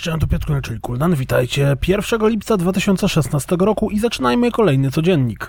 Cześć, tu Piotr, czyli Kuldan. Witajcie 1 lipca 2016 roku i zaczynajmy kolejny codziennik.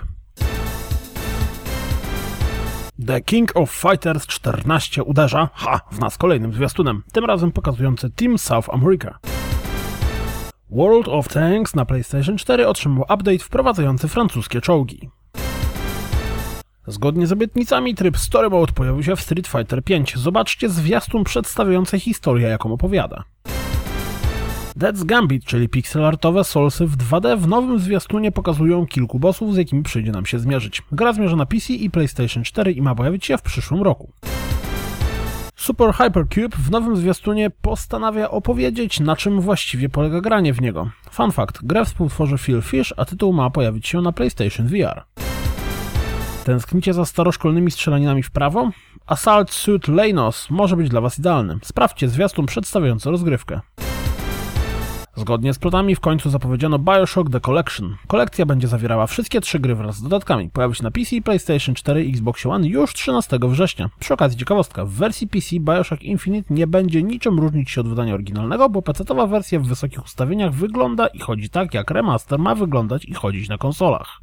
The King of Fighters 14 uderza, w nas kolejnym zwiastunem, tym razem pokazujący Team South America. World of Tanks na PlayStation 4 otrzymał update wprowadzający francuskie czołgi. Zgodnie z obietnicami tryb Story Mode pojawił się w Street Fighter V. Zobaczcie zwiastun przedstawiający historię, jaką opowiada. Death's Gambit, czyli pixelartowe Soulsy w 2D, w nowym zwiastunie pokazują kilku bossów, z jakimi przyjdzie nam się zmierzyć. Gra zmierza na PC i PlayStation 4 i ma pojawić się w przyszłym roku. Super Hypercube w nowym zwiastunie postanawia opowiedzieć, na czym właściwie polega granie w niego. Fun fact, grę współtworzy Phil Fish, a tytuł ma pojawić się na PlayStation VR. Tęsknicie za staroszkolnymi strzelaninami w prawo? Assault Suit Leynos może być dla Was idealny. Sprawdźcie zwiastun przedstawiający rozgrywkę. Zgodnie z plotami w końcu zapowiedziano BioShock The Collection. Kolekcja będzie zawierała wszystkie 3 gry wraz z dodatkami. Pojawi się na PC, PlayStation 4 i Xbox One już 13 września. Przy okazji ciekawostka, w wersji PC BioShock Infinite nie będzie niczym różnić się od wydania oryginalnego, bo PC-towa wersja w wysokich ustawieniach wygląda i chodzi tak, jak remaster ma wyglądać i chodzić na konsolach.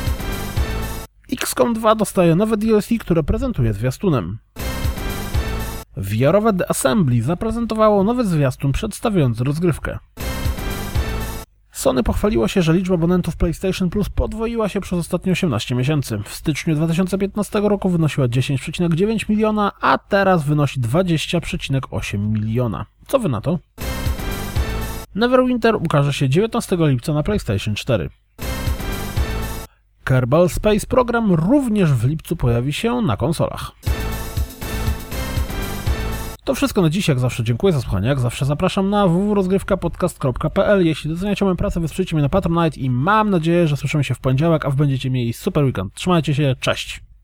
XCOM 2 dostaje nowe DLC, które prezentuje zwiastunem. VR-owe The Assembly zaprezentowało nowy zwiastun przedstawiający rozgrywkę. Sony pochwaliło się, że liczba abonentów PlayStation Plus podwoiła się przez ostatnie 18 miesięcy. W styczniu 2015 roku wynosiła 10,9 miliona, a teraz wynosi 20,8 miliona. Co wy na to? Neverwinter ukaże się 19 lipca na PlayStation 4. Kerbal Space Program również w lipcu pojawi się na konsolach. To wszystko na dziś, jak zawsze dziękuję za słuchanie, jak zawsze zapraszam na www.rozgrywkapodcast.pl. Jeśli doceniacie moją pracę, wesprzyjcie mnie na Patronite i mam nadzieję, że słyszymy się w poniedziałek, a wy będziecie mieli super weekend. Trzymajcie się, cześć!